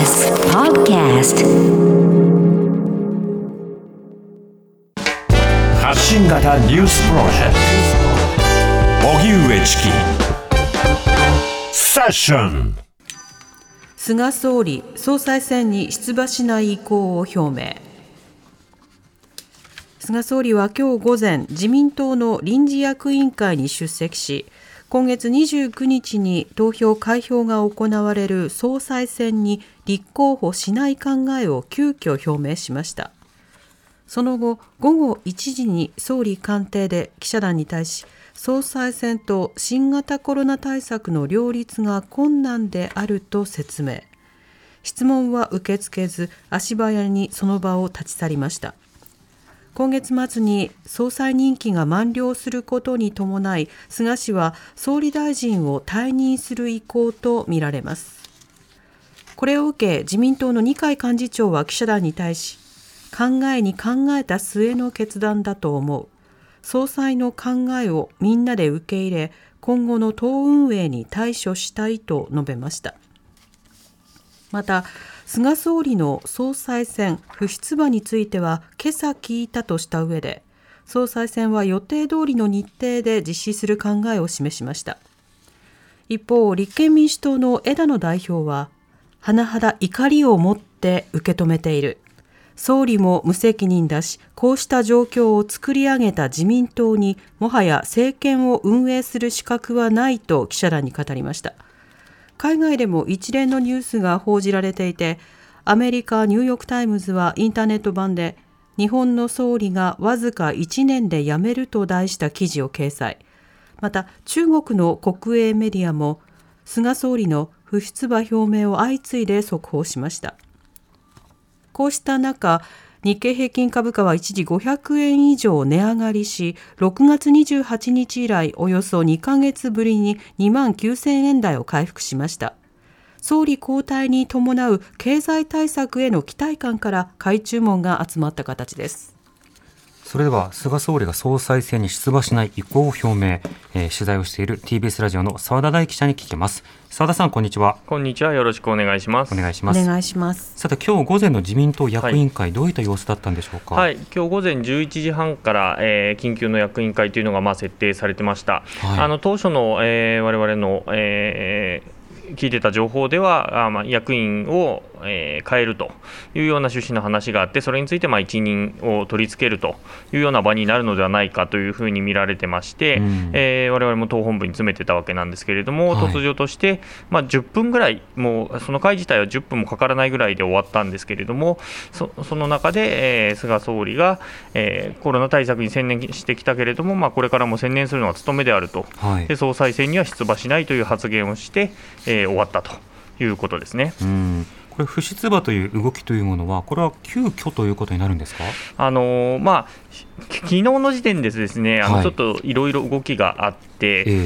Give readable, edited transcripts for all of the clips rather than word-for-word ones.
TBS Podcast 発信型ニュースプロジェクト荻上チキセッション。 菅総理総裁選に出馬しない意向を表明。菅総理は今日午前、自民党の臨時役員会に出席し、今月29日に投票開票が行われる総裁選に立候補しない考えを急遽表明しました。その後、午後1時に総理官邸で記者団に対し、総裁選と新型コロナ対策の両立が困難であると説明。質問は受け付けず、足早にその場を立ち去りました。今月末に総裁任期が満了することに伴い、菅氏は総理大臣を退任する意向とみられます。これを受け、自民党の二階幹事長は記者団に対し、考えに考えた末の決断だと思う。総裁の考えをみんなで受け入れ、今後の党運営に対処したいと述べました。また、菅総理の総裁選不出馬については今朝聞いたとした上で、総裁選は予定通りの日程で実施する考えを示しました。一方、立憲民主党の枝野代表は、甚だ怒りを持って受け止めている。総理も無責任だし、こうした状況を作り上げた自民党にもはや政権を運営する資格はないと記者団に語りました。海外でも一連のニュースが報じられていて、アメリカニューヨークタイムズはインターネット版で、日本の総理がわずか1年で辞めると題した記事を掲載。また中国の国営メディアも菅総理の不出馬表明を相次いで速報しました。こうした中、日経平均株価は一時500円以上値上がりし、6月28日以来およそ2ヶ月ぶりに2万9000円台を回復しました。総理交代に伴う経済対策への期待感から買い注文が集まった形です。 それでは菅総理が総裁選に出馬しない意向を表明、取材をしている TBS ラジオの澤田大記者に聞きます。澤田さん、こんにちは。 こんにちは、よろしくお願いします。 お願いします。 お願いします。 さて、今日午前の自民党役員会、どういった様子だったんでしょうか。 はい、今日午前11時半から、緊急の役員会というのが設定されてました。はい、当初の、我々の、聞いてた情報では、役員を、変えるというような趣旨の話があって、それについて一任を取り付けるというような場になるのではないかというふうに見られてまして、我々も党本部に詰めてたわけなんですけれども、突如として、10分ぐらい、もうその会自体は10分もかからないぐらいで終わったんですけれども、その中で、菅総理が、コロナ対策に専念してきたけれども、これからも専念するのは務めであると、で総裁選には出馬しないという発言をして、終わったということですね。 これ不出馬という動きというものは、これは急遽ということになるんですか。 昨日の時点でですね、ちょっといろいろ動きがあって、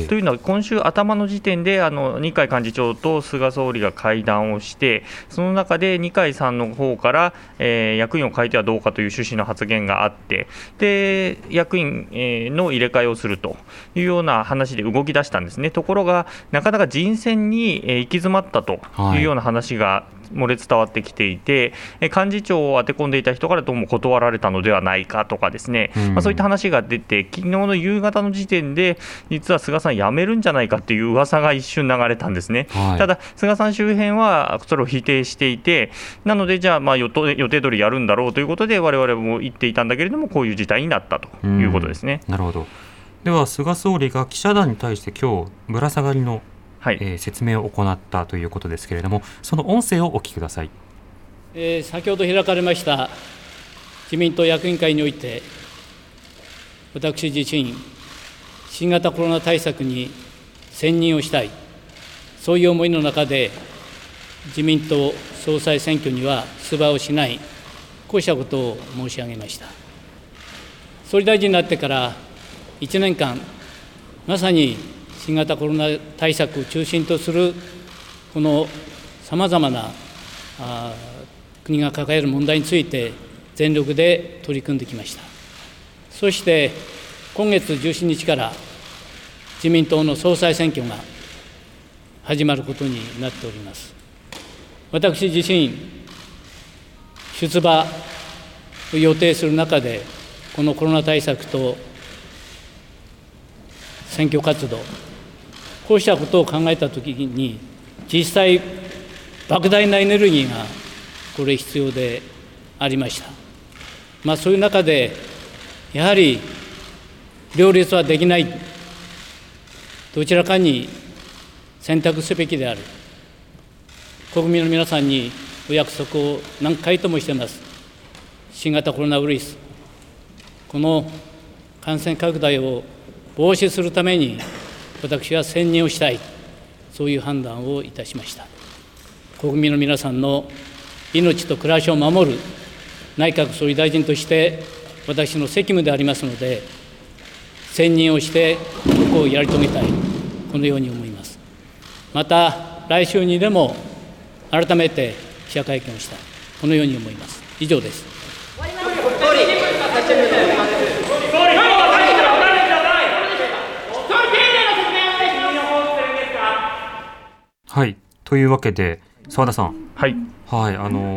というのは今週頭の時点で二階幹事長と菅総理が会談をして、その中で二階さんの方から、役員を変えてはどうかという趣旨の発言があって、で役員の入れ替えをするというような話で動き出したんですね。ところがなかなか人選に行き詰まったというような話が漏れ伝わってきていて、幹事長を当て込んでいた人からどうも断られたのではないかとかですね、そういった話が出て、昨日の夕方の時点で実は菅さん辞めるんじゃないかという噂が一瞬流れたんですね。ただ菅さん周辺はそれを否定していて、なのでじゃあ予定通りやるんだろうということで我々も言っていたんだけれども、こういう事態になったということですね。 なるほど。では菅総理が記者団に対して今日ぶら下がりの説明を行ったということですけれども、その音声をお聞きください。 先ほど開かれました自民党役員会において、私自身、新型コロナ対策に専任をしたい、そういう思いの中で自民党総裁選挙には出馬をしない、こうしたことを申し上げました。総理大臣になってから1年間、まさに新型コロナ対策を中心とするこのさまざまな国が抱える問題について全力で取り組んできました。そして今月17日から自民党の総裁選挙が始まることになっております。 私自身、出馬を予定する中で、このコロナ対策と選挙活動、こうしたことを考えたときに、実際、莫大なエネルギーがこれ必要でありました。そういう中で、やはり両立はできない、どちらかに選択すべきである、国民の皆さんにお約束を何回ともしています。新型コロナウイルス、この感染拡大を防止するために、私は専任をしたい、そういう判断をいたしました。国民の皆さんの命と暮らしを守る内閣総理大臣として、私の責務でありますので、専任をしてここをやり遂げたい、このように思います。また、来週にでも改めて記者会見をしたい、このように思います。以上です。 はい、というわけで澤田さん、 はいはい、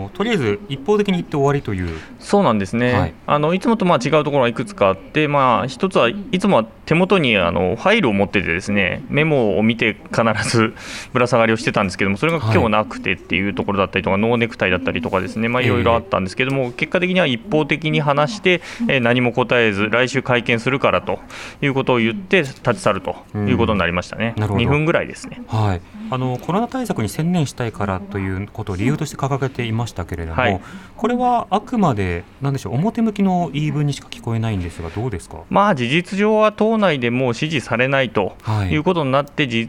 とりあえず一方的に言って終わりという。 そうなんですね、はい、いつもと違うところがいくつかあって、一つはいつもは手元にファイルを持っててですね、メモを見て必ずぶら下がりをしてたんですけども、それが今日なくてっていうところだったりとか、ノーネクタイだったりとかですね、いろいろあったんですけども、結果的には一方的に話して、何も答えず来週会見するからということを言って立ち去るということになりましたね。2分ぐらいですね。 はい、コロナ対策に専念したいからということを理由として掲げていましたけれども、はい、これはあくまで何でしょう、表向きの言い分にしか聞こえないんですが、どうですか。 事実上は党内でもう支持されないということになって、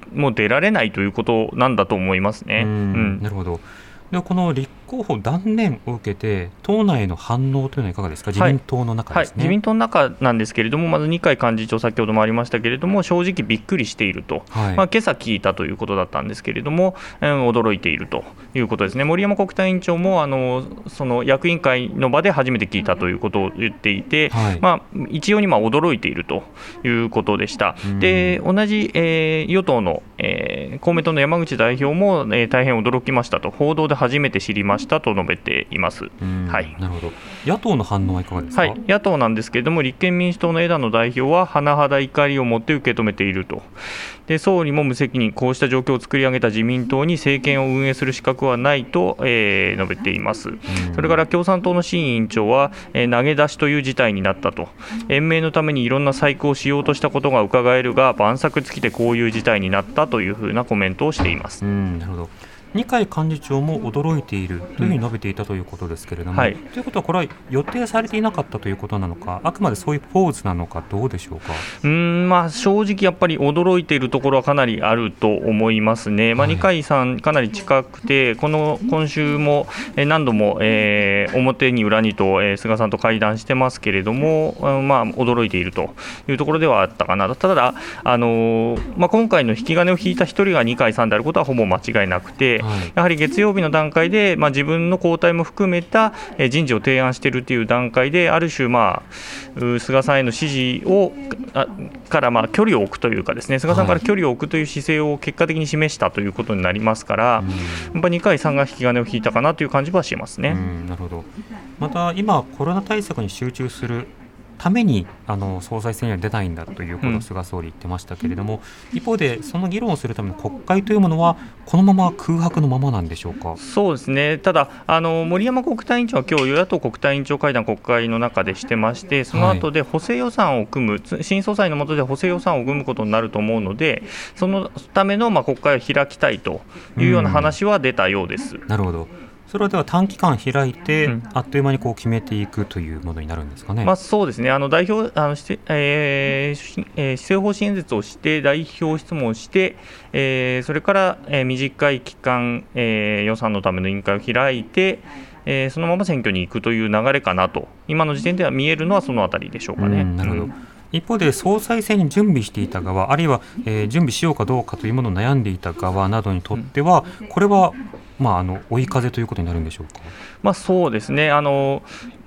もう出られないということなんだと思いますね。 なるほど。でこの立候補断念を受けて党内の反応というのはいかがですか。自民党の中ですね。 自民党の中なんですけれども、まず二階幹事長、先ほどもありましたけれども、正直びっくりしていると、今朝聞いたということだったんですけれども、驚いているということですね。森山国対委員長もその役員会の場で初めて聞いたということを言っていて、一様に驚いているということでした。で同じ、与党の、公明党の山口代表も、大変驚きましたと、報道で初めて知りましたと述べています。 なるほど。野党の反応はいかがですか。 野党なんですけれども、立憲民主党の枝野代表は甚だ怒りを持って受け止めていると。で総理も無責任、こうした状況を作り上げた自民党に政権を運営する資格はないと、述べています。それから共産党の志位委員長は、投げ出しという事態になったと、延命のためにいろんな細工をしようとしたことが伺えるが、万策尽きてこういう事態になったというふうなコメントをしています。 なるほど。二階幹事長も驚いているというふうに述べていたということですけれども、ということはこれは予定されていなかったということなのか、あくまでそういうポーズなのか、どうでしょうか。 正直やっぱり驚いているところはかなりあると思いますね。二階さんかなり近くて、今週も何度も、表に裏にと、菅さんと会談してますけれども、驚いているというところではあったかな。ただ、今回の引き金を引いた一人が二階さんであることはほぼ間違いなくて、やはり月曜日の段階で、自分の交代も含めた人事を提案しているという段階で、ある種、菅さんへの支持から距離を置くというかですね、菅さんから距離を置くという姿勢を結果的に示したということになりますから、やっぱり二階さんが引き金を引いたかなという感じはしますね。 なるほど。また今コロナ対策に集中するために総裁選には出ないんだということを菅総理言ってましたけれども、一方でその議論をするための国会というものはこのまま空白のままなんでしょうか。 そうですね。ただ森山国対委員長は今日与野党国対委員長会談国会の中でしてまして、その後で補正予算を組む、新総裁の下で補正予算を組むことになると思うので、そのための国会を開きたいというような話は出たようです。 なるほど。それはでは短期間開いて、あっという間に決めていくというものになるんですかね。 そうですね。代表施政方針演説をして代表質問をして、それから、短い期間、予算のための委員会を開いて、そのまま選挙に行くという流れかなと、今の時点では見えるのはそのあたりでしょうかね。 なるほど。一方で総裁選に準備していた側、あるいは、準備しようかどうかというものを悩んでいた側などにとっては、これは追い風ということになるんでしょうか。 そうですね。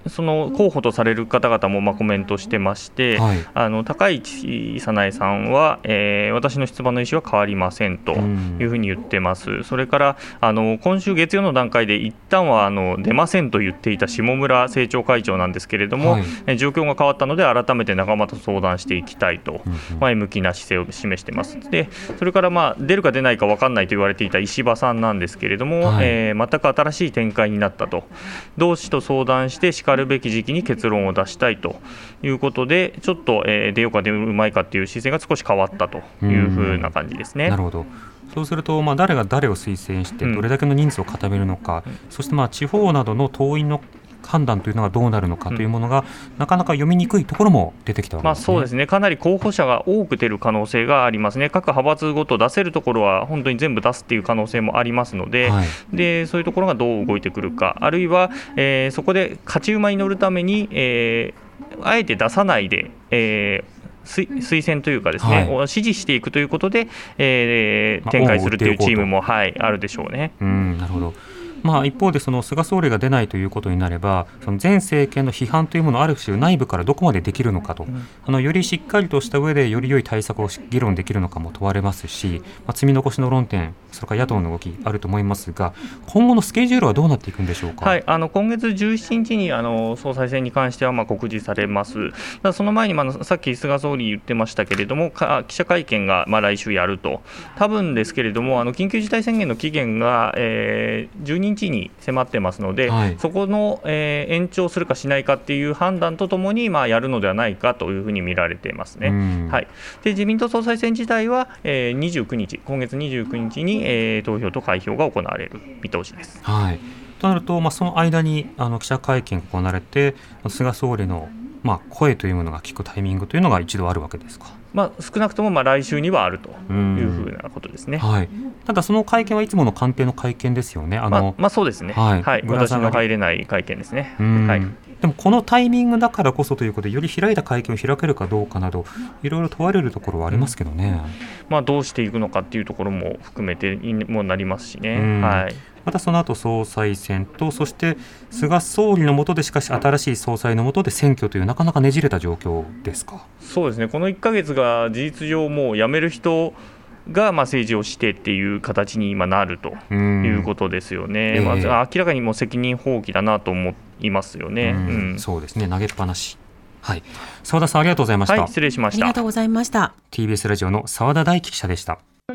その候補とされる方々もコメントしてまして、はい、高市早苗さんは、私の出馬の意思は変わりませんというふうに言ってます。それから今週月曜の段階で一旦は出ませんと言っていた下村政調会長なんですけれども、はい、状況が変わったので改めて仲間と相談していきたいと前向きな姿勢を示してます。でそれから出るか出ないか分かんないと言われていた石破さんなんですけれども、はい、全く新しい展開になったと、同志と相談してしかるべき時期に結論を出したいということで、ちょっと、出ようか出るまいかという姿勢が少し変わったというふうな感じですね。 なるほど。そうすると、誰が誰を推薦してどれだけの人数を固めるのか、そして地方などの党員の判断というのがどうなるのかというものが、なかなか読みにくいところも出てきたわけですね。 そうですね、かなり候補者が多く出る可能性がありますね。各派閥ごと出せるところは本当に全部出すっていう可能性もありますので、はい、でそういうところがどう動いてくるか、あるいは、そこで勝ち馬に乗るために、あえて出さないで、推薦というかですね、はい、支持していくということで、展開するというチームも、あるでしょうね。 なるほど。一方でその菅総理が出ないということになれば、その前政権の批判というものをある種内部からどこまでできるのかと、よりしっかりとした上でより良い対策を議論できるのかも問われますし、積み残しの論点、それから野党の動きあると思いますが、今後のスケジュールはどうなっていくんでしょうか。 はい、今月17日に総裁選に関しては告示されます。その前にさっき菅総理言ってましたけれども、記者会見が来週やると、多分ですけれども緊急事態宣言の期限が、12日に迫ってますので、はい、そこの、延長するかしないかっていう判断とともに、やるのではないかというふうに見られていますね。はい、で自民党総裁選自体は、29日今月29日に、投票と開票が行われる見通しです。 はい、となると、その間に記者会見が行われて菅総理の声というものが聞くタイミングというのが一度あるわけですか。 少なくとも来週にはあるというふうなことですね。 はい、ただその会見はいつもの官邸の会見ですよね。 そうですね、はいはい、私の入れない会見ですね。はい、 でもこのタイミングだからこそということで、より開いた会見を開けるかどうかなどいろいろ問われるところはありますけどね。 どうしていくのかっていうところも含めてもなりますしね。はい、 またその後総裁選と、そして菅総理の下でしかし新しい総裁の下で選挙というなかなかねじれた状況ですか。 そうですね、この1ヶ月が事実上もう辞める人が政治をしてっていう形に今なるということですよね。明らかにもう責任放棄だなと思いますよね。 そうですね、投げっぱなし。はい、澤田さんありがとうございました。 はい、失礼しました。 ありがとうございました。 TBS ラジオの澤田大樹記者でした。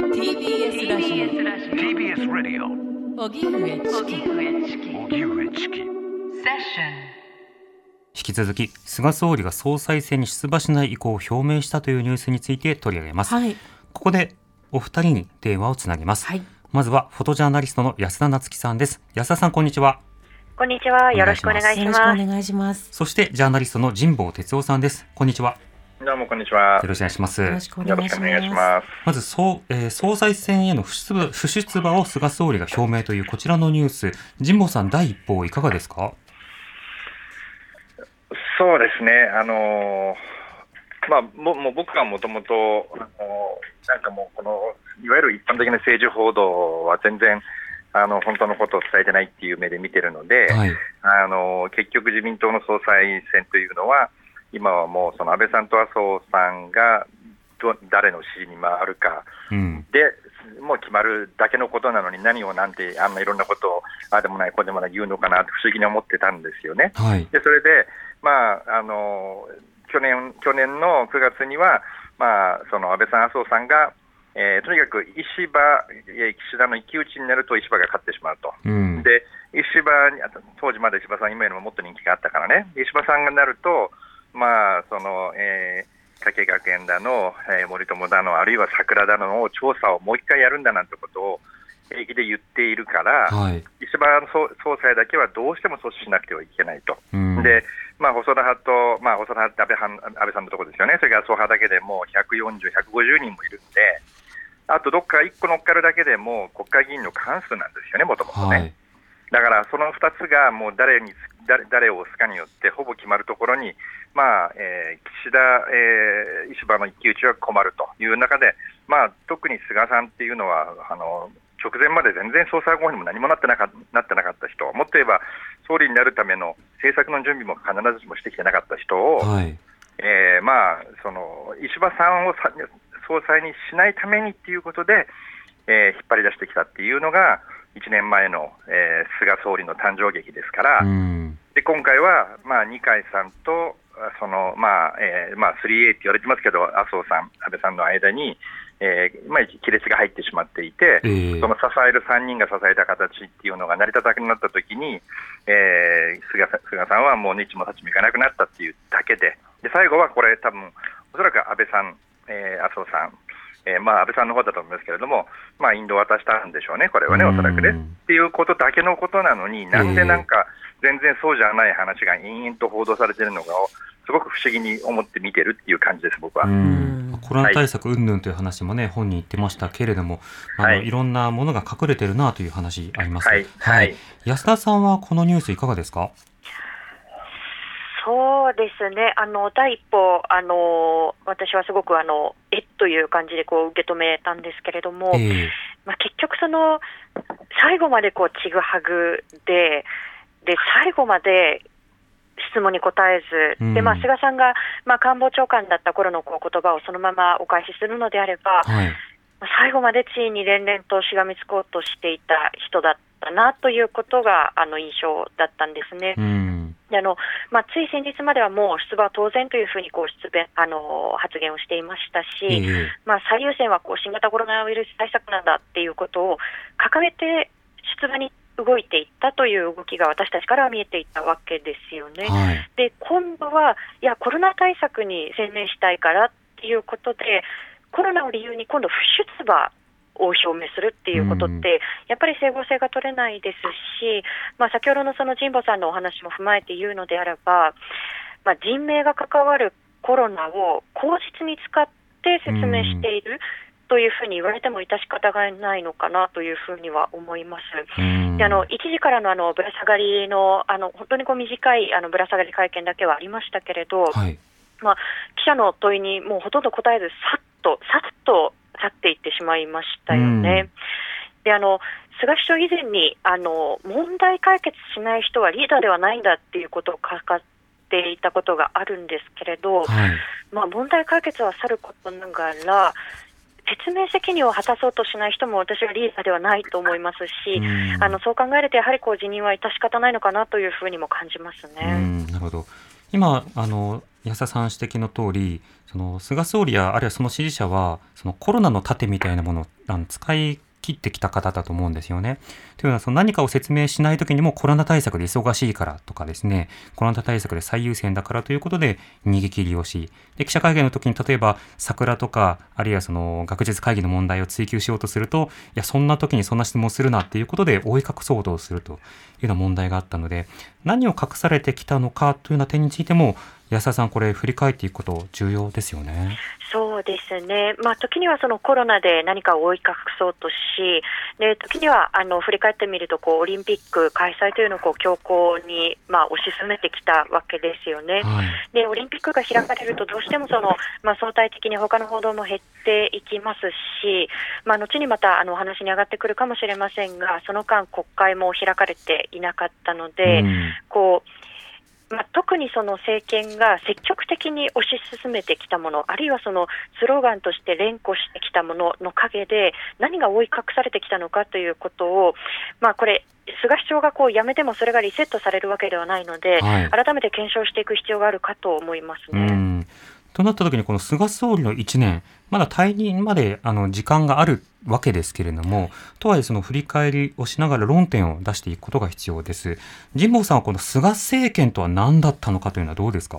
TBS ラジオ荻上チキ引き続き菅総理が総裁選に出馬しない意向を表明したというニュースについて取り上げます。はい、ここでお二人に電話をつなげます。はい、まずはフォトジャーナリストの安田夏樹さんです。安田さん、こんにちは。 こんにちは、よろしくお願いします。 よろしくお願いします。 そしてジャーナリストの神保哲夫さんです。こんにちは。 どうもこんにちは。 よろしくお願いします。 よろしくお願いします。 まず総裁選への不出馬を菅総理が表明というこちらのニュース、神保さん、第一報いかがですか。 そうですね、もう僕はもともとなんかもうこのいわゆる一般的な政治報道は全然本当のことを伝えてないっていう目で見てるので、はい、結局自民党の総裁選というのは今はもうその安倍さんと麻生さんが誰の支持に回るかで、もう決まるだけのことなのに、何をなんてあんないろんなことをああでもないこうでもない言うのかなって不思議に思ってたんですよね。はい、でそれで、去年の9月には、その安倍さん麻生さんが、とにかく岸田の一騎打ちになると石破が勝ってしまうと。で当時まだ石破さん今よりももっと人気があったからね、石破さんがなると加計学園だの、森友だの、あるいは桜だの調査をもう一回やるんだなんてことを平気で言っているから、はい、石破総裁だけはどうしても阻止しなくてはいけないと。で細田派と、細田派って安倍さんのところですよね。それから麻生派だけでも140、150人もいるんで、あとどっか1個乗っかるだけでも国会議員の過半数なんですよね、もともとね。はい、だからその2つがもう誰を押すかによってほぼ決まるところに、岸田、石破の一騎打ちは困るという中で、特に菅さんっていうのは直前まで全然総裁候補にも何もなってなかった人、もっと言えば総理になるための政策の準備も必ずしもしてきてなかった人を、石破さんを総裁にしないためにっていうことで、引っ張り出してきたっていうのが1年前の、菅総理の誕生劇ですから、で今回は、二階さんと3A って言われてますけど、麻生さん、安倍さんの間に、亀裂が入ってしまっていて、その支える3人が支えた形っていうのが成り立たなくなったときに、菅さんはもう日も立ちもいかなくなったっていうだけで、最後はこれ多分おそらく安倍さん、麻生さん、安倍さんの方だと思いますけれども、引導を渡したんでしょうね、これはね、おそらくね。っていうことだけのことなのに、なんでなんか全然そうじゃない話が延々と報道されているのかをすごく不思議に思って見てるっていう感じです、僕は。 コロナ対策云々という話もね、本に言ってましたけれども、いろんなものが隠れてるなという話あります。安田さんはこのニュースいかがですか？ そうですね、第一歩、私はすごくという感じでこう受け止めたんですけれども、結局最後までちぐはぐで最後まで質問に答えず、で菅さんが、官房長官だった頃の言葉をそのままお返しするのであれば、最後まで地位に連々としがみつこうとしていた人だったなということが印象だったんですね。でつい先日まではもう出馬は当然というふうに発言をしていましたし、最優先は新型コロナウイルス対策なんだっていうことを掲げて出馬に動いていったという動きが私たちからは見えていたわけですよね。で今度はいやコロナ対策に専念したいからっていうことで、コロナを理由に今度不出馬を表明するっていうことって、やっぱり整合性が取れないですし、先ほどのその神保さんのお話も踏まえて言うのであれば、人命が関わるコロナを口実に使って説明しているというふうに言われても致し方がないのかなというふうには思います。で1時からのぶら下がりの本当に短いぶら下がり会見だけはありましたけれど、記者の問いにもうほとんど答えずさっと去っていってしまいましたよね。で菅首相以前に問題解決しない人はリーダーではないんだっていうことを語っていたことがあるんですけれど、問題解決はさることながら説明責任を果たそうとしない人も私はリーダーではないと思いますし、そう考えるとやはり辞任は致し方ないのかなというふうにも感じますね。 なるほど。今安田さん指摘の通り、菅総理やあるいはその支持者はコロナの盾みたいなものを使い切ってきた方だと思うんですよね。というのは何かを説明しないときにもコロナ対策で忙しいからとかですね、コロナ対策で最優先だからということで逃げ切りをし、で記者会見の時に例えば桜とかあるいは学術会議の問題を追及しようとすると、いやそんな時にそんな質問するなっていうことで覆い隠そうとするというような問題があったので、何を隠されてきたのかというような点についても安田さん、これ振り返っていくこと重要ですよね。 そうですね、時にはコロナで何かを覆い隠そうとし、で時には振り返ってみるとオリンピック開催というのを強硬に推し進めてきたわけですよね。でオリンピックが開かれるとどうしても相対的に他の報道も減っていきますし、後にまたお話に上がってくるかもしれませんが、その間国会も開かれていなかったので、特に政権が積極的に推し進めてきたもの、あるいはスローガンとして連呼してきたものの陰で何が覆い隠されてきたのかということを、これ菅首相がやめてもそれがリセットされるわけではないので、改めて検証していく必要があるかと思いますね。 となったときにこの菅総理の1年、まだ退任まで時間があるわけですけれども、とはいえ振り返りをしながら論点を出していくことが必要です。神保さんはこの菅政権とは何だったのかというのはどうですか？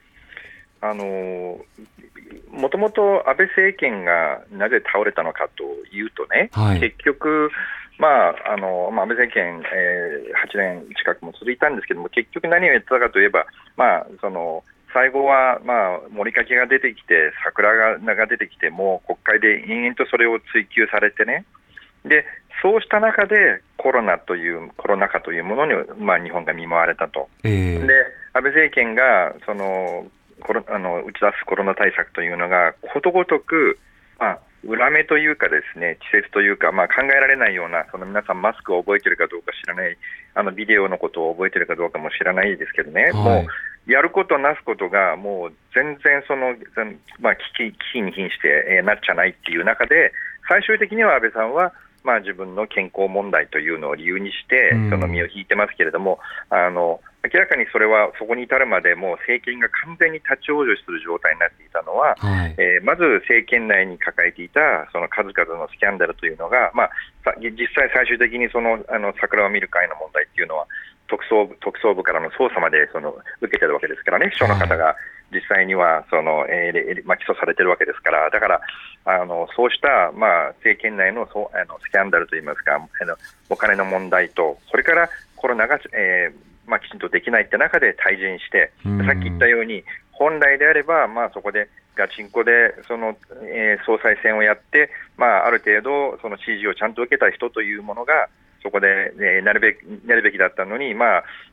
もともと安倍政権がなぜ倒れたのかというとね、結局安倍政権、8年近くも続いたんですけども、結局何をやってたかといえば、最後は盛りかけが出てきて桜が出てきても国会で延々とそれを追及されてね、でそうした中でコロナ禍というものに、日本が見舞われたと。で安倍政権が打ち出すコロナ対策というのがことごとく、裏目というかですね、稚拙というか、考えられないような、皆さんマスクを覚えているかどうか知らないビデオのことを覚えているかどうかも知らないですけどね、もうやることなすことがもう全然危機に瀕して、なっちゃないっていう中で、最終的には安倍さんは自分の健康問題というのを理由にしてその身を引いてますけれども、明らかにそれはそこに至るまでもう政権が完全に立ち往生する状態になっていたのは、まず政権内に抱えていたその数々のスキャンダルというのが、実際最終的に桜を見る会の問題っていうのは特捜部からの捜査まで受けてるわけですからね、秘書の方が実際には起訴されてるわけですから、だからそうした政権内のスキャンダルといいますか、お金の問題と、それからコロナが、きちんとできないって中で退陣して、さっき言ったように本来であれば、そこでガチンコで総裁選をやって、ある程度その支持をちゃんと受けた人というものがそこで、なるべきだったのに、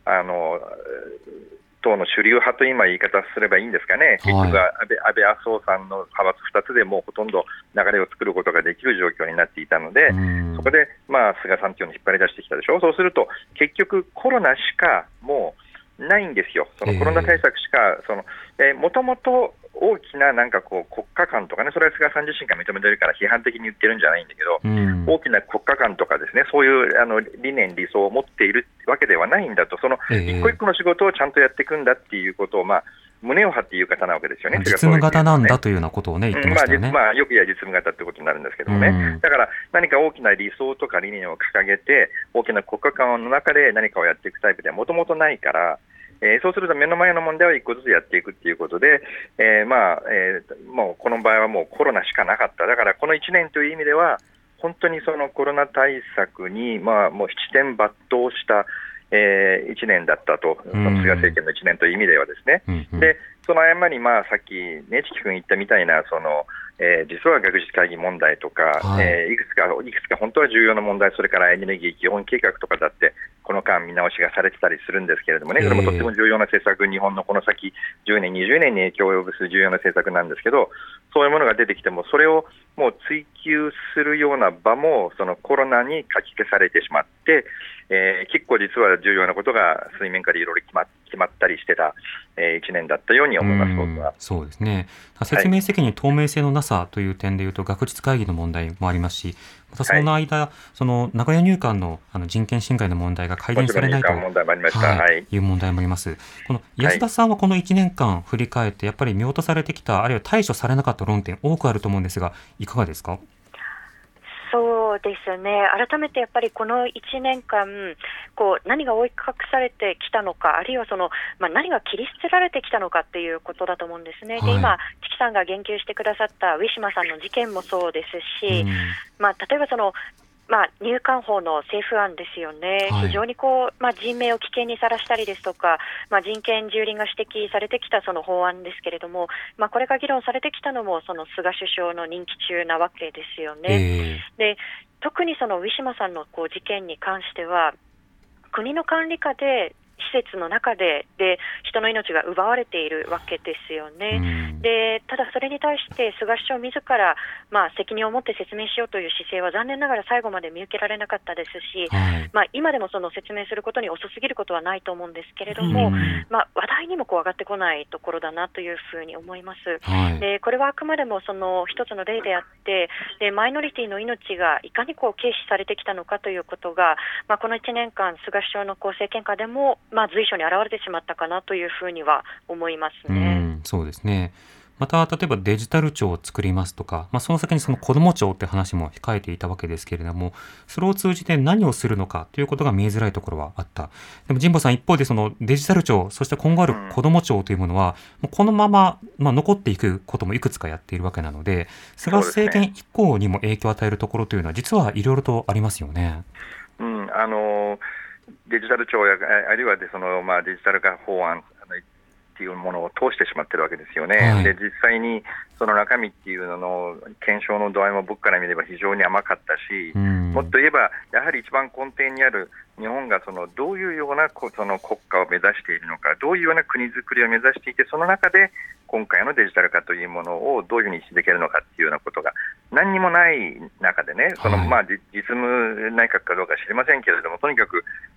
党の主流派と今言い方すればいいんですかね、結局は安倍麻生さんの派閥2つでもうほとんど流れを作ることができる状況になっていたので、そこで菅さんというのを引っ張り出してきたでしょ。そうすると結局コロナしかもうないんですよ。そのコロナ対策しかもともと大きな国家観とかね、それは菅さん自身が認めているから批判的に言ってるんじゃないんだけど、大きな国家観とかですね、そういう理念理想を持っているわけではないんだと、その一個一個の仕事をちゃんとやっていくんだっていうことを、胸を張って言う方なわけですよね。 実務型なんだというようなことをね、言ってましたよね。 よく言えば実務型ということになるんですけどもね、だから何か大きな理想とか理念を掲げて大きな国家観の中で何かをやっていくタイプではもともとないから、そうすると目の前の問題を一個ずつやっていくということで、もうこの場合はもうコロナしかなかった。だからこの1年という意味では本当にそのコロナ対策にもう七点抜刀した1年だったと、その菅政権の1年という意味ではですね。でその誤りさっきねちき君言ったみたいな実は学術会議問題とか、いくつか本当は重要な問題、それからエネルギー基本計画とかだってこの間見直しがされてたりするんですけれどもね、それもとっても重要な政策、日本のこの先10年20年に影響を及ぼす重要な政策なんですけど、そういうものが出てきてもそれをもう追求するような場もそのコロナにかき消されてしまって、結構実は重要なことが水面下でいろいろ決まったりしてた、1年だったように思います。僕はそうですね。説明責任、透明性のなさという点でいうと学術会議の問題もありますし、またその間、その名古屋入管の人権侵害の問題が改善されないという問題もあります。この安田さんはこの1年間振り返ってやっぱり見落とされてきた、あるいは対処されなかった論点多くあると思うんですが、いかがですか？ そうですね、改めてやっぱりこの1年間何が覆い隠されてきたのか、あるいは何が切り捨てられてきたのかっていうことだと思うんですね。で今チキさんが言及してくださったウィシュマさんの事件もそうですし、例えば入管法の政府案ですよね、非常に人命を危険にさらしたりですとか、人権蹂躙が指摘されてきたその法案ですけれども、これが議論されてきたのもその菅首相の任期中なわけですよね。で特にそのウィシュマさんの事件に関しては、国の管理下で施設の中で人の命が奪われているわけですよね。でただそれに対して菅首相自ら、責任を持って説明しようという姿勢は残念ながら最後まで見受けられなかったですし、今でもその説明することに遅すぎることはないと思うんですけれども、話題にも上がってこないところだなというふうに思います。でこれはあくまでもその一つの例であって、マイノリティの命がいかに軽視されてきたのかということが、この1年間菅首相の政権下でも随所に現れてしまったかなというふうには思いますね。 そうですね。また例えばデジタル庁を作りますとか、その先にその子ども庁って話も控えていたわけですけれども、それを通じて何をするのかということが見えづらいところはあった。でも神保さん、一方でそのデジタル庁、そして今後ある子ども庁というものは、このまま、残っていくこともいくつかやっているわけなので、菅政権以降にも影響を与えるところというのは実はいろいろとありますよね。 デジタル庁やあるいはデジタル化法案っていうものを通してしまってるわけですよね。で実際にその中身っていうのの検証の度合いも僕から見れば非常に甘かったし、もっと言えばやはり一番根底にある日本がどういうようなその国家を目指しているのか、どういうような国づくりを目指していて、その中で今回のデジタル化というものをどういうふうに位置づけるのかっていうようなことが何にもない中でね、実務内閣かどうか知りませんけれども、とにかく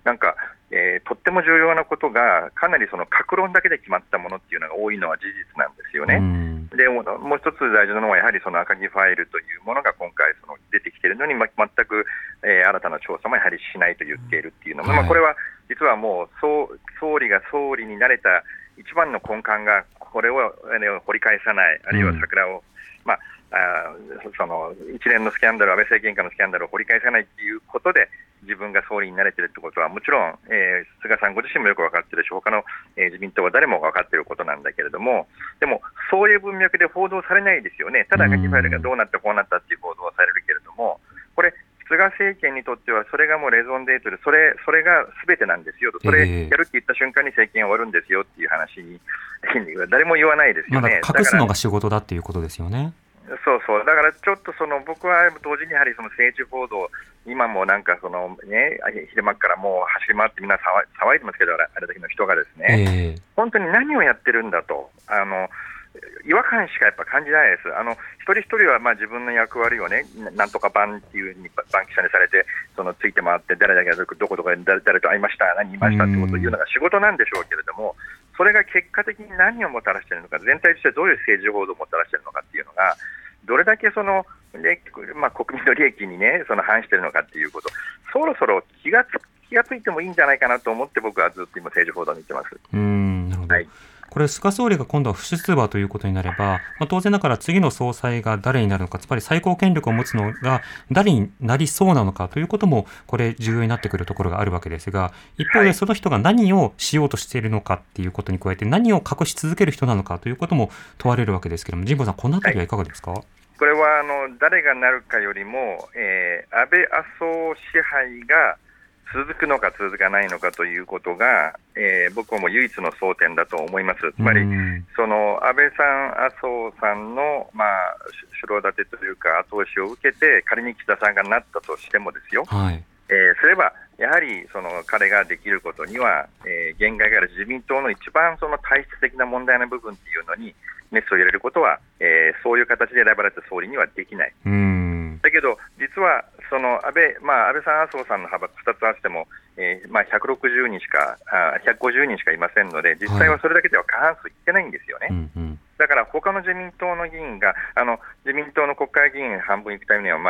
なんか、とっても重要なことがかなりその各論だけで決まったものっていうのが多いのは事実なんですよね。でもう一つ大事なのはやはりその赤木ファイルというものが今回その出てきているのに、全く、新たな調査もやはりしないと言っているっていうのも、これは実はもう総理が総理になれた一番の根幹がこれを、掘り返さない、あるいは桜を、その一連のスキャンダル、安倍政権下のスキャンダルを掘り返さないということで自分が総理になれているということはもちろん、菅さんご自身もよく分かっているし、他の、自民党は誰も分かっていることなんだけれども、でもそういう文脈で報道されないですよね。ただ赤木ファイルがどうなったこうなったっていう報道はされるけれども、これ菅政権にとってはそれがもうレゾンデートでそれが全てなんですよと、それやるって言った瞬間に政権終わるんですよっていう話に誰も言わないですよね。 隠すのが仕事だっていうことですよね。 そうそう、だからちょっと僕は同時にやはりその政治報道、今もなんか昼間からもう走り回ってみんな騒いでますけど、あれだけの人がですね、本当に何をやってるんだと、違和感しかやっぱ感じないです。一人一人は自分の役割をね、なんとか番っていうに番記者にされてついて回って誰々がどこどこで誰と会いました、何言いましたってことを言うのが仕事なんでしょうけれども、それが結果的に何をもたらしているのか、全体としてどういう政治報道をもたらしているのかっていうのがどれだけ国民の利益にね反しているのかっていうこと、そろそろ気がついてもいいんじゃないかなと思って僕はずっと今政治報道を見てます。 なるほど。これ菅総理が今度は不出馬ということになれば、当然ながら次の総裁が誰になるのか、つまり最高権力を持つのが誰になりそうなのかということもこれ重要になってくるところがあるわけですが、一方でその人が何をしようとしているのかっていうことに加えて何を隠し続ける人なのかということも問われるわけですけれども、神保さんこのあたりはいかがですか？ これは誰がなるかよりも、安倍麻生支配が続くのか続かないのかということが、僕はもう唯一の争点だと思います。つまりその安倍さん、麻生さんの、主導立てというか後押しを受けて仮に岸田さんがなったとしてもですよ、すればやはり彼ができることには、限界がある。自民党の一番体質的な問題の部分というのにメスを入れることは、そういう形で選ばれた総理にはできない。だけど実は安倍さん、麻生さんの派閥2つ合わせても、160人しか150人しかいませんので、実際はそれだけでは過半数いってないんですよね。だから他の自民党の議員が自民党の国会議員半分いくためには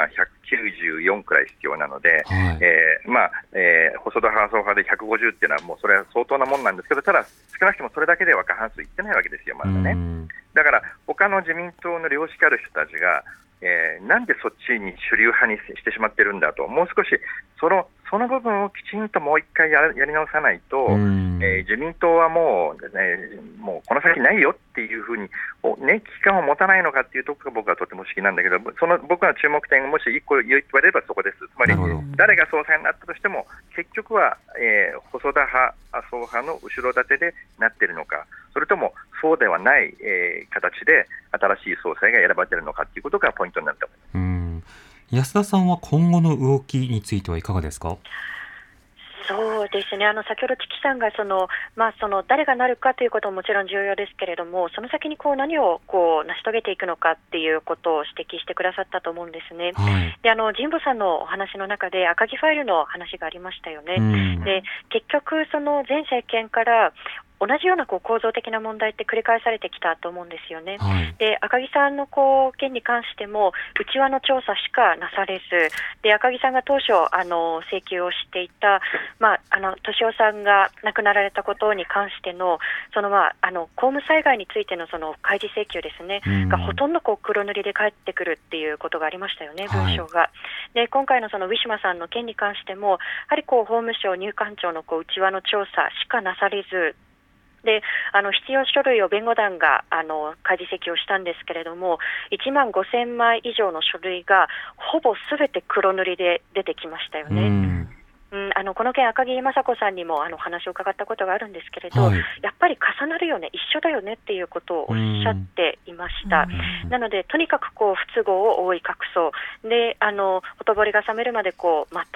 194くらい必要なので、細田派、麻生派で150っていうのはもうそれは相当なもんなんですけど、ただ少なくともそれだけでは過半数いってないわけですよ、まだね。だから他の自民党の良識ある人たちがなんでそっちに主流派にしてしまってるんだと、もう少しその部分をきちんともう一回やり直さないと、自民党はもうこの先ないよっていうふうに、危機感を持たないのかっていうところが僕はとても不思議なんだけど、僕の注目点がもし1個言われればそこです。つまり誰が総裁になったとしても結局は、細田派、麻生派の後ろ盾でなっているのか、それともそうではない、形で新しい総裁が選ばれているのかということがポイントになると思います。 安田さんは今後の動きについてはいかがですか？ そうですね、先ほどチキさんが誰がなるかということももちろん重要ですけれども、その先に何を成し遂げていくのかっていうことを指摘してくださったと思うんですね。で神保さんのお話の中で赤木ファイルの話がありましたよね。で結局前政権から同じような構造的な問題って繰り返されてきたと思うんですよね。で赤木さんの件に関しても内輪の調査しかなされず、で赤木さんが当初請求をしていた、俊夫さんが亡くなられたことに関しての公務災害についての開示請求ですね、がほとんど黒塗りで返ってくるっていうことがありましたよね、文章が。で今回のウィシュマさんの件に関してもやはり法務省入管庁の内輪の調査しかなされず、で必要書類を弁護団が開示請求をしたんですけれども、1万5000枚以上の書類がほぼすべて黒塗りで出てきましたよね。この件赤木雅子さんにも話を伺ったことがあるんですけれど、やっぱり重なるよね、一緒だよねっていうことをおっしゃっていました。なのでとにかく不都合を覆い隠そうでほとぼりが冷めるまで待とうっ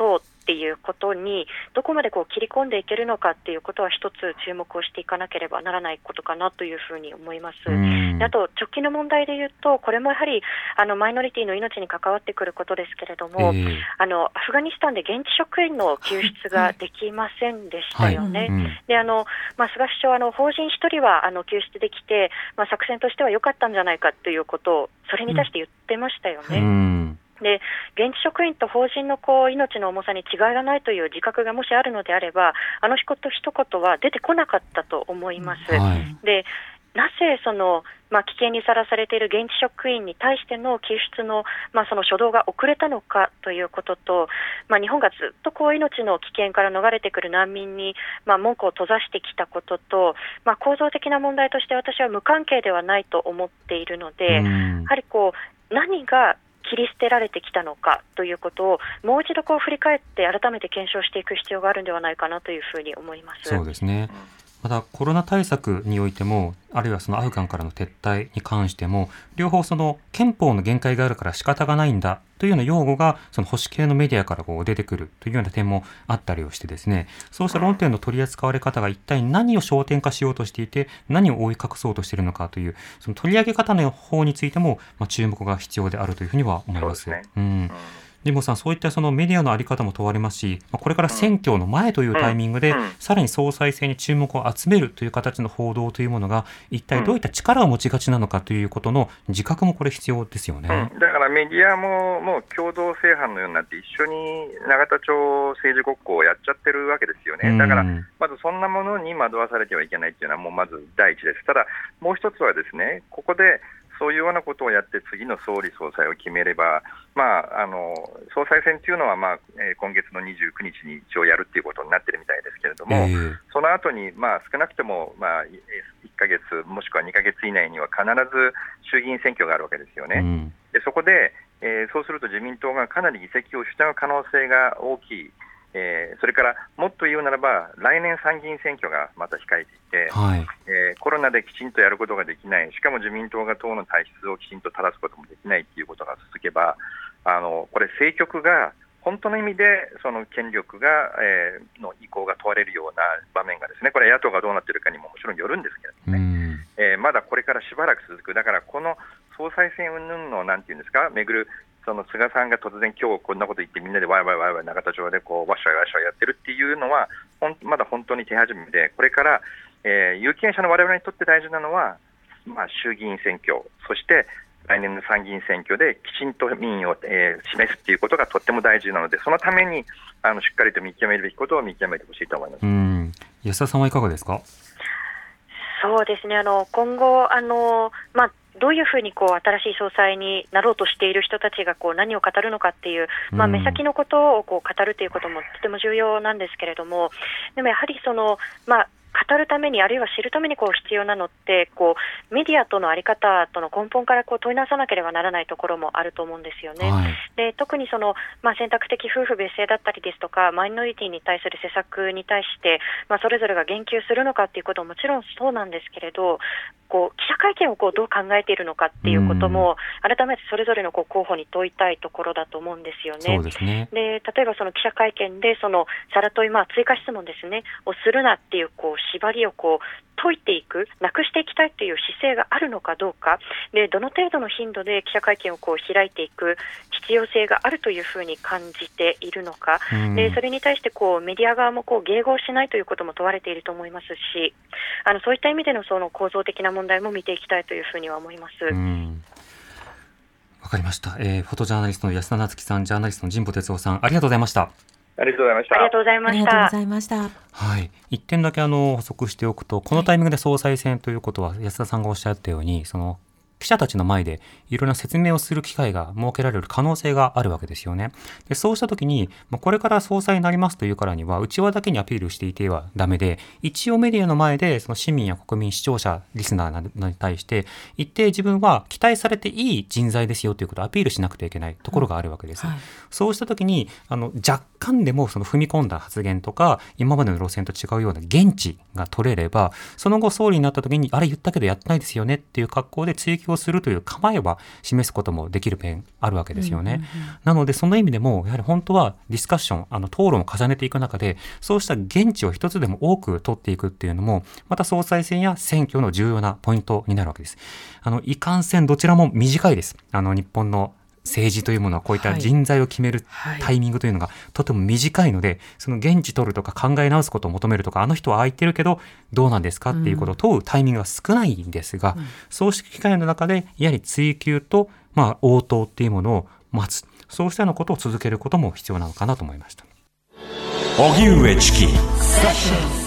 っていうことにどこまで切り込んでいけるのかっていうことは一つ注目をしていかなければならないことかなというふうに思います。であと直近の問題でいうと、これもやはりマイノリティの命に関わってくることですけれども、アフガニスタンで現地職員の救出ができませんでしたよね。で菅首相法人1人は救出できて、作戦としては良かったんじゃないかということをそれに対して言ってましたよね。で現地職員と法人の命の重さに違いがないという自覚がもしあるのであれば、一言は出てこなかったと思います。でなぜ危険にさらされている現地職員に対しての救出の、その初動が遅れたのかということと、日本がずっと命の危険から逃れてくる難民に、門戸を閉ざしてきたことと、構造的な問題として私は無関係ではないと思っているので、やはり何が切り捨てられてきたのかということをもう一度振り返って改めて検証していく必要があるんではないかなというふうに思います。 そうですね。またコロナ対策においても、あるいはアフガンからの撤退に関しても、両方憲法の限界があるから仕方がないんだというような用語が保守系のメディアから出てくるというような点もあったりをしてですね、そうした論点の取り扱われ方が一体何を焦点化しようとしていて、何を覆い隠そうとしているのかというその取り上げ方の方についても、注目が必要であるというふうには思います。そうですね。神保さん、そういったメディアの在り方も問われますし、これから選挙の前というタイミングで、さらに総裁選に注目を集めるという形の報道というものが一体どういった力を持ちがちなのかということの自覚もこれ必要ですよね。 だからメディアももう共同正犯のようになって一緒に永田町政治ごっこをやっちゃってるわけですよね。だからまずそんなものに惑わされてはいけないというのはもうまず第一です。ただもう一つはですね、ここでそういうようなことをやって次の総理総裁を決めれば、総裁選というのは、今月の29日に一応やるということになっているみたいですけれども、その後に少なくとも1ヶ月もしくは2ヶ月以内には必ず衆議院選挙があるわけですよね。でそこで、そうすると自民党がかなり議席を失う可能性が大きい。それからもっと言うならば来年参議院選挙がまた控えていて、コロナできちんとやることができない、しかも自民党が党の体質をきちんと正すこともできないということが続けば、これ政局が本当の意味でその権力が、の意向が問われるような場面がですね、これ野党がどうなっているかにももちろんよるんですけれどもね、まだこれからしばらく続く。だからこの総裁選云々のなんていうんですか、巡る菅さんが突然今日こんなこと言ってみんなでワイワイワイワイ永田町でワッシャイワッシャイやってるっていうのはまだ本当に手始めで、これから、有権者の我々にとって大事なのは、衆議院選挙、そして来年の参議院選挙できちんと民意を、示すっていうことがとっても大事なので、そのためにしっかりと見極めるべきことを見極めてほしいと思います。 安田さんはいかがですか。 そうですね、今後どういうふうに新しい総裁になろうとしている人たちが何を語るのかっていう、目先のことを語るということもとても重要なんですけれども、でもやはり語るためにあるいは知るために必要なのってメディアとの在り方との根本から問い直さなければならないところもあると思うんですよね。で特に選択的夫婦別姓だったりですとかマイノリティに対する施策に対して、それぞれが言及するのかということももちろんそうなんですけれど、記者会見をどう考えているのかっていうことも改めてそれぞれの候補に問いたいところだと思うんですよね。 そうですね。 で例えば記者会見でさら問い、追加質問ですねをするなっていう縛りを解いていく、なくしていきたいという姿勢があるのかどうかで、どの程度の頻度で記者会見を開いていく必要性があるというふうに感じているのか、でそれに対してメディア側も迎合しないということも問われていると思いますし、そういった意味での構造的な問題も見ていきたいというふうには思います。 わかりました。フォトジャーナリストの安田菜月さん、ジャーナリストの神保哲夫さん、ありがとうございました。 ありがとうございました。 ありがとうございました。 ありがとうございました。 はい、一点だけ補足しておくと、このタイミングで総裁選ということは、安田さんがおっしゃったように記者たちの前でいろんな説明をする機会が設けられる可能性があるわけですよね。でそうしたときに、これから総裁になりますというからには内輪だけにアピールしていてはダメで、一応メディアの前で市民や国民、視聴者、リスナーなどに対して一定自分は期待されていい人材ですよということをアピールしなくてはいけないところがあるわけです。そうしたときに若干でも踏み込んだ発言とか今までの路線と違うような言質が取れれば、その後総理になったときにあれ言ったけどやってないですよねっていう格好で追及をするという構えは示すこともできる面あるわけですよね。なのでその意味でもやはり本当はディスカッション、討論を重ねていく中でそうした言質を一つでも多く取っていくっていうのもまた総裁選や選挙の重要なポイントになるわけです。いかんせんどちらも短いです。日本の政治というものはこういった人材を決めるタイミングというのがとても短いので、その現地取るとか考え直すことを求めるとか、あの人はああ言ってるけどどうなんですかっていうことを問うタイミングが少ないんですが、そうした機会の中でやはり追及と、応答っていうものを待つ、そうしたようなことを続けることも必要なのかなと思いました。 荻上チキ